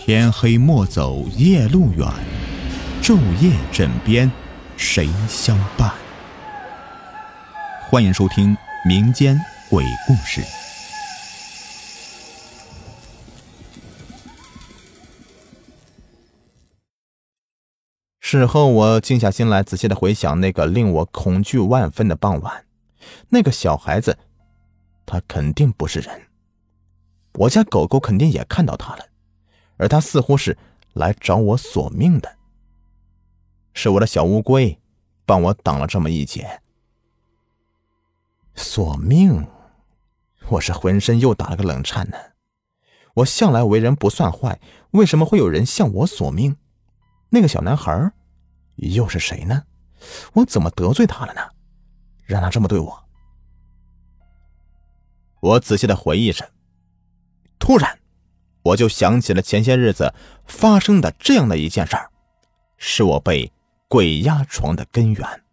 天黑莫走夜路远，昼夜枕边谁相伴？欢迎收听民间鬼故事。事后我静下心来仔细地回想那个令我恐惧万分的傍晚，那个小孩子他肯定不是人，我家狗狗肯定也看到他了，而他似乎是来找我索命的。是我的小乌龟帮我挡了这么一劫。索命，我是浑身又打了个冷颤呢。我向来为人不算坏，为什么会有人向我索命？那个小男孩又是谁呢？我怎么得罪他了呢？让他这么对我？我仔细地回忆着，突然我就想起了前些日子发生的这样的一件事儿，是我被鬼压床的根源。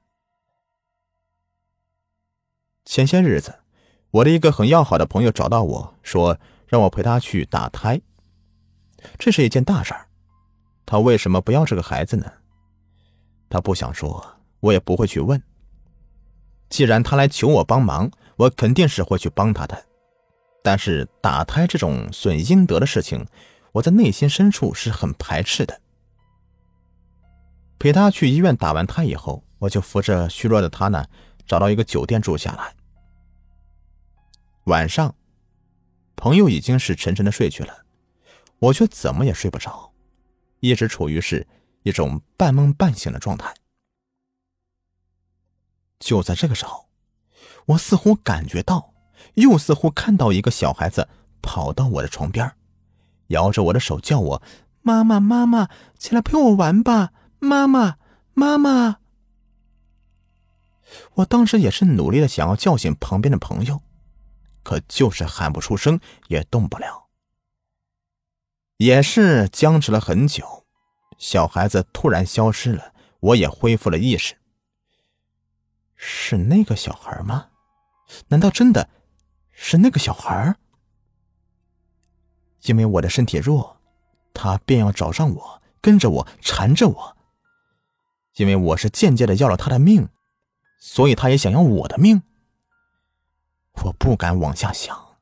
前些日子，我的一个很要好的朋友找到我说让我陪他去打胎，这是一件大事儿。他为什么不要这个孩子呢？他不想说，我也不会去问。既然他来求我帮忙，我肯定是会去帮他的。但是打胎这种损阴德的事情，我在内心深处是很排斥的。陪他去医院打完胎以后，我就扶着虚弱的他呢，找到一个酒店住下来。晚上，朋友已经是沉沉的睡去了，我却怎么也睡不着，一直处于是一种半梦半醒的状态。就在这个时候，我似乎感觉到，又似乎看到一个小孩子跑到我的床边，摇着我的手叫我妈妈妈妈，起来陪我玩吧，妈妈妈妈。我当时也是努力的想要叫醒旁边的朋友，可就是喊不出声，也动不了。也是僵持了很久，小孩子突然消失了，我也恢复了意识。是那个小孩吗？难道真的是那个小孩？因为我的身体弱，他便要找上我，跟着我，缠着我。因为我是间接的要了他的命，所以他也想要我的命。我不敢往下想。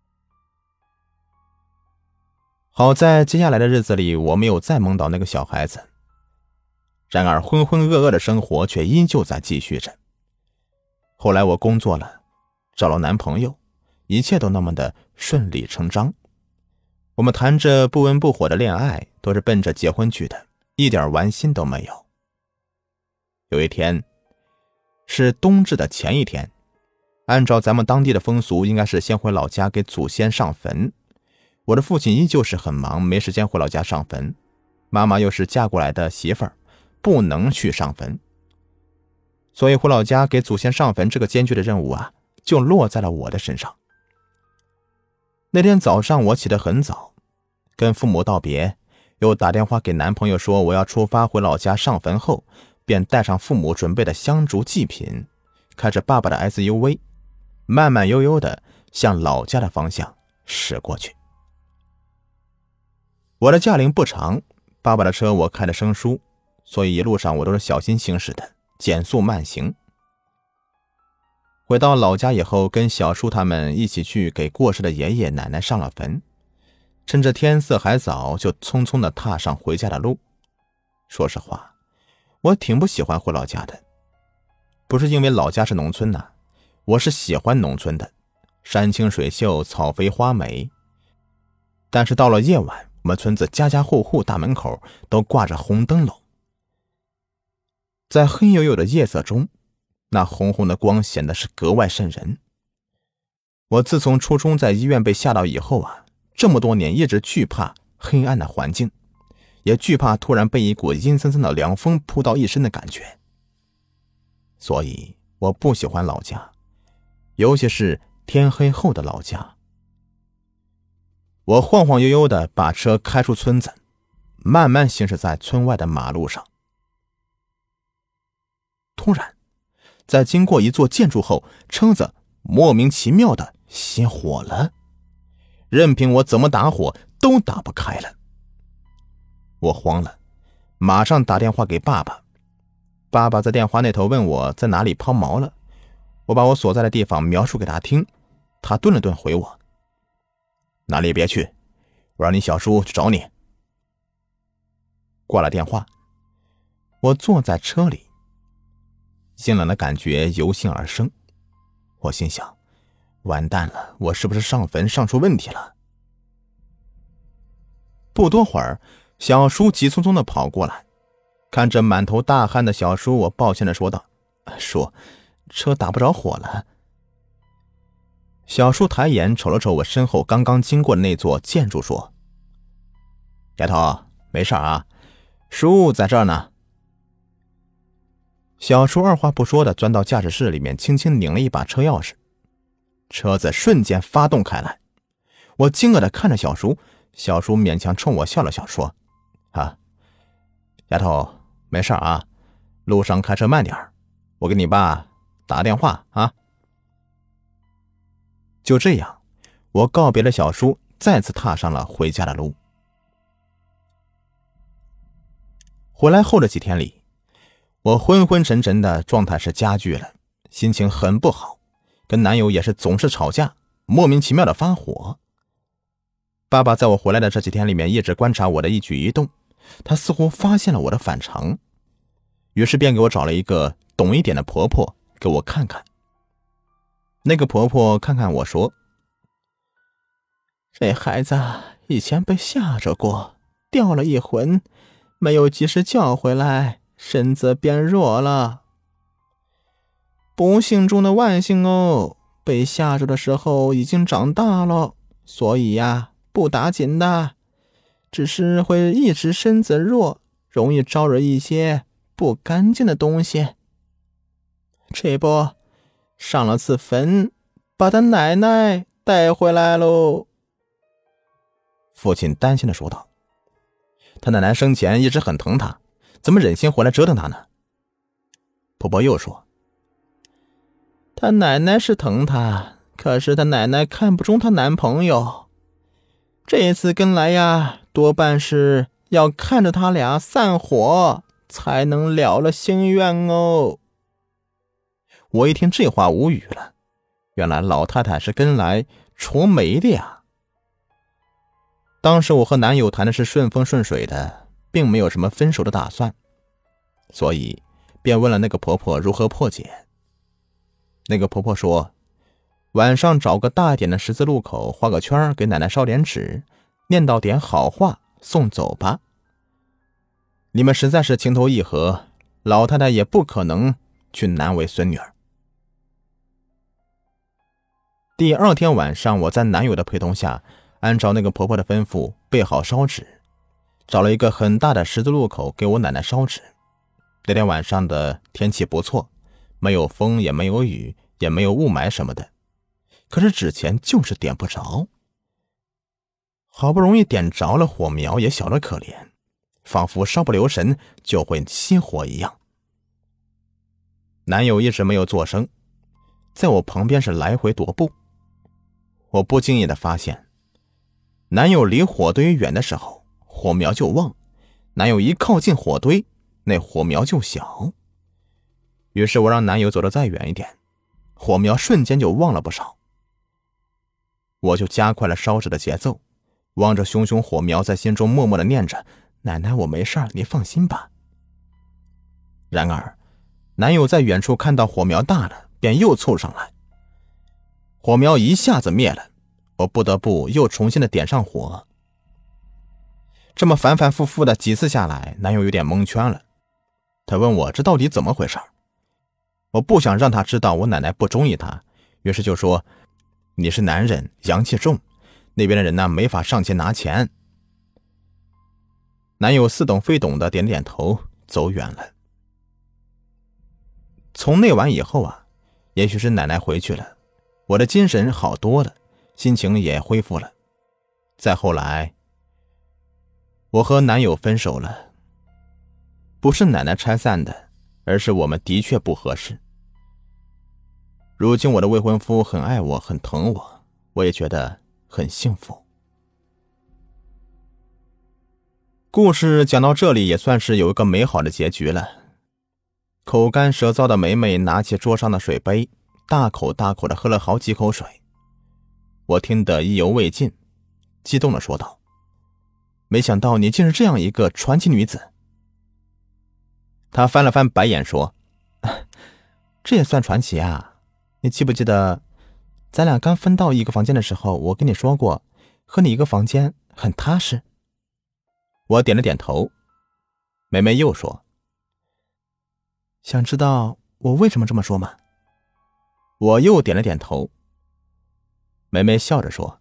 好在接下来的日子里，我没有再梦到那个小孩子。然而浑浑噩噩的生活却依旧在继续着。后来我工作了，找了男朋友，一切都那么的顺理成章。我们谈着不温不火的恋爱，都是奔着结婚去的，一点玩心都没有。有一天，是冬至的前一天，按照咱们当地的风俗，应该是先回老家给祖先上坟。我的父亲依旧是很忙，没时间回老家上坟，妈妈又是嫁过来的媳妇儿，不能去上坟，所以回老家给祖先上坟这个艰巨的任务啊，就落在了我的身上。那天早上我起得很早，跟父母道别，又打电话给男朋友说我要出发回老家上坟后，便带上父母准备的香烛祭品，开着爸爸的 SUV， 慢慢悠悠地向老家的方向驶过去。我的驾龄不长，爸爸的车我开得生疏，所以一路上我都是小心行驶的，减速慢行。回到老家以后，跟小叔他们一起去给过世的爷爷奶奶上了坟，趁着天色还早，就匆匆地踏上回家的路。说实话，我挺不喜欢回老家的，不是因为老家是农村呐，我是喜欢农村的，山清水秀，草肥花美。但是到了夜晚，我们村子家家户户大门口都挂着红灯笼，在黑黝黝的夜色中，那红红的光显得是格外瘆人。我自从初中在医院被吓到以后啊，这么多年一直惧怕黑暗的环境，也惧怕突然被一股阴森森的凉风扑到一身的感觉。所以我不喜欢老家，尤其是天黑后的老家。我晃晃悠悠地把车开出村子，慢慢行驶在村外的马路上。突然，在经过一座建筑后，车子莫名其妙地熄火了，任凭我怎么打火都打不开了。 我慌了，马上打电话给爸爸。爸爸在电话那头问我在哪里抛锚了，我把我所在的地方描述给他听，他顿了顿回我：哪里也别去，我让你小叔去找你。挂了电话，我坐在车里，阴冷的感觉由心而生。我心想，完蛋了，我是不是上坟上出问题了？不多会儿，小叔急匆匆地跑过来，看着满头大汗的小叔，我抱歉地说道：叔，车打不着火了。小叔抬眼瞅了瞅我身后刚刚经过的那座建筑，说：丫头，没事啊，叔在这儿呢。小叔二话不说地钻到驾驶室里面，轻轻拧了一把车钥匙，车子瞬间发动开来。我惊愕地看着小叔，小叔勉强冲我笑了笑，说：丫头，没事啊，路上开车慢点，我给你爸打个电话啊。就这样，我告别了小叔，再次踏上了回家的路。回来后的几天里，我昏昏沉沉的状态是加剧了，心情很不好，跟男友也是总是吵架，莫名其妙的发火。爸爸在我回来的这几天里面一直观察我的一举一动，他似乎发现了我的反常，于是便给我找了一个懂一点的婆婆给我看看。那个婆婆看看我说：这孩子以前被吓着过，掉了一魂，没有及时叫回来，身子变弱了。不幸中的万幸哦，被吓着的时候已经长大了，所以呀，不打紧的，只是会一直身子弱，容易招惹一些不干净的东西。这不，上了次坟，把他奶奶带回来喽。父亲担心地说道：他奶奶生前一直很疼他，怎么忍心回来折腾他呢？婆婆又说：他奶奶是疼他，可是他奶奶看不中他男朋友，这一次跟来呀，多半是要看着他俩散伙，才能了了心愿哦。我一听这话无语了，原来老太太是跟来除媒的呀。当时我和男友谈的是顺风顺水的，并没有什么分手的打算，所以便问了那个婆婆如何破解。那个婆婆说，晚上找个大一点的十字路口画个圈，给奶奶烧点纸，念叨点好话送走吧。你们实在是情投意合，老太太也不可能去难为孙女儿。第二天晚上，我在男友的陪同下，按照那个婆婆的吩咐备好烧纸，找了一个很大的十字路口给我奶奶烧纸。那天晚上的天气不错，没有风也没有雨也没有雾霾什么的，可是纸钱就是点不着。好不容易点着了，火苗也小得可怜，仿佛稍不留神就会熄火一样。男友一直没有作声，在我旁边是来回踱步。我不经意地发现，男友离火堆远的时候火苗就旺，男友一靠近火堆，那火苗就小。于是我让男友走得再远一点，火苗瞬间就旺了不少。我就加快了烧纸的节奏，望着熊熊火苗，在心中默默地念着：奶奶，我没事儿，你放心吧。然而男友在远处看到火苗大了，便又凑上来，火苗一下子灭了，我不得不又重新的点上火。这么反反复复的几次下来，男友有点蒙圈了，他问我这到底怎么回事。我不想让他知道我奶奶不中意他，于是就说：你是男人，阳气重，那边的人呢没法上前拿钱。男友似懂非懂的点点头，走远了。从那晚以后啊，也许是奶奶回去了，我的精神好多了，心情也恢复了。再后来，我和男友分手了，不是奶奶拆散的，而是我们的确不合适。如今我的未婚夫很爱我，很疼我，我也觉得很幸福。 故事讲到这里也算是有一个美好的结局了。口干舌燥的梅梅拿起桌上的水杯，大口大口地喝了好几口水。我听得意犹未尽，激动地说道：没想到你竟是这样一个传奇女子。她翻了翻白眼说：这也算传奇啊，你记不记得咱俩刚分到一个房间的时候，我跟你说过和你一个房间很踏实。我点了点头。梅梅又说：想知道我为什么这么说吗？我又点了点头。梅梅笑着说：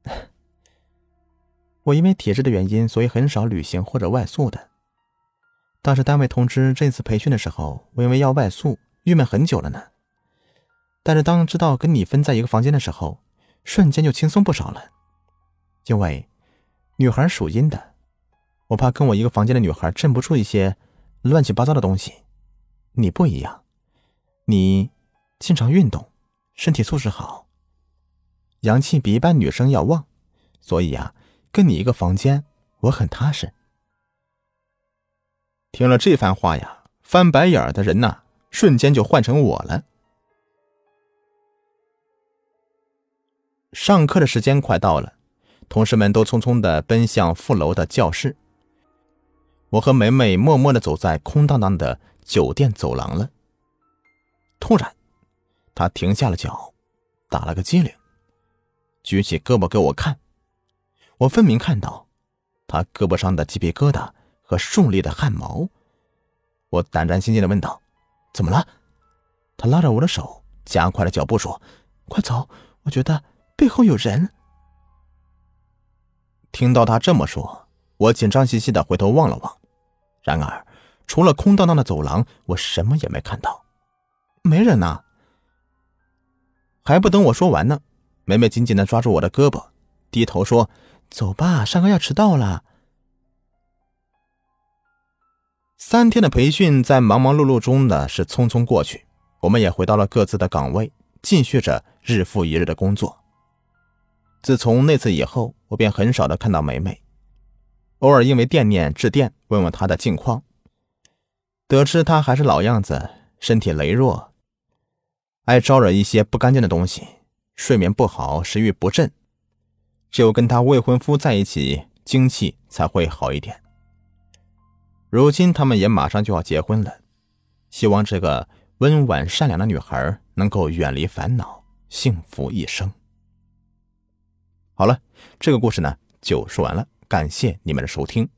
我因为体质的原因，所以很少旅行或者外宿的。当时单位通知这次培训的时候，我因为要外宿郁闷很久了呢。但是当知道跟你分在一个房间的时候，瞬间就轻松不少了。因为女孩属阴的，我怕跟我一个房间的女孩镇不住一些乱七八糟的东西。你不一样，你经常运动，身体素质好，阳气比一般女生要旺，所以啊，跟你一个房间我很踏实。听了这番话呀，翻白眼的人呐，瞬间就换成我了。上课的时间快到了，同事们都匆匆地奔向副楼的教室。我和梅梅默默地走在空荡荡的酒店走廊了。突然，她停下了脚，打了个激灵，举起胳膊给我看。我分明看到她胳膊上的鸡皮疙瘩和竖立的汗毛。我胆战心惊地问道：怎么了？她拉着我的手，加快了脚步说：快走，我觉得背后有人。听到她这么说，我紧张兮兮地回头望了望，然而除了空荡荡的走廊，我什么也没看到。没人啊！还不等我说完呢，梅梅紧紧地抓住我的胳膊，低头说：走吧，上课要迟到了。3天的培训在忙忙碌碌中呢是匆匆过去，我们也回到了各自的岗位，继续着日复一日的工作。自从那次以后，我便很少的看到梅梅，偶尔因为惦念致电问问她的近况，得知她还是老样子，身体羸弱，爱招惹一些不干净的东西，睡眠不好，食欲不振，只有跟她未婚夫在一起，精气才会好一点。如今他们也马上就要结婚了，希望这个温婉善良的女孩能够远离烦恼，幸福一生。好了，这个故事呢就说完了，感谢你们的收听。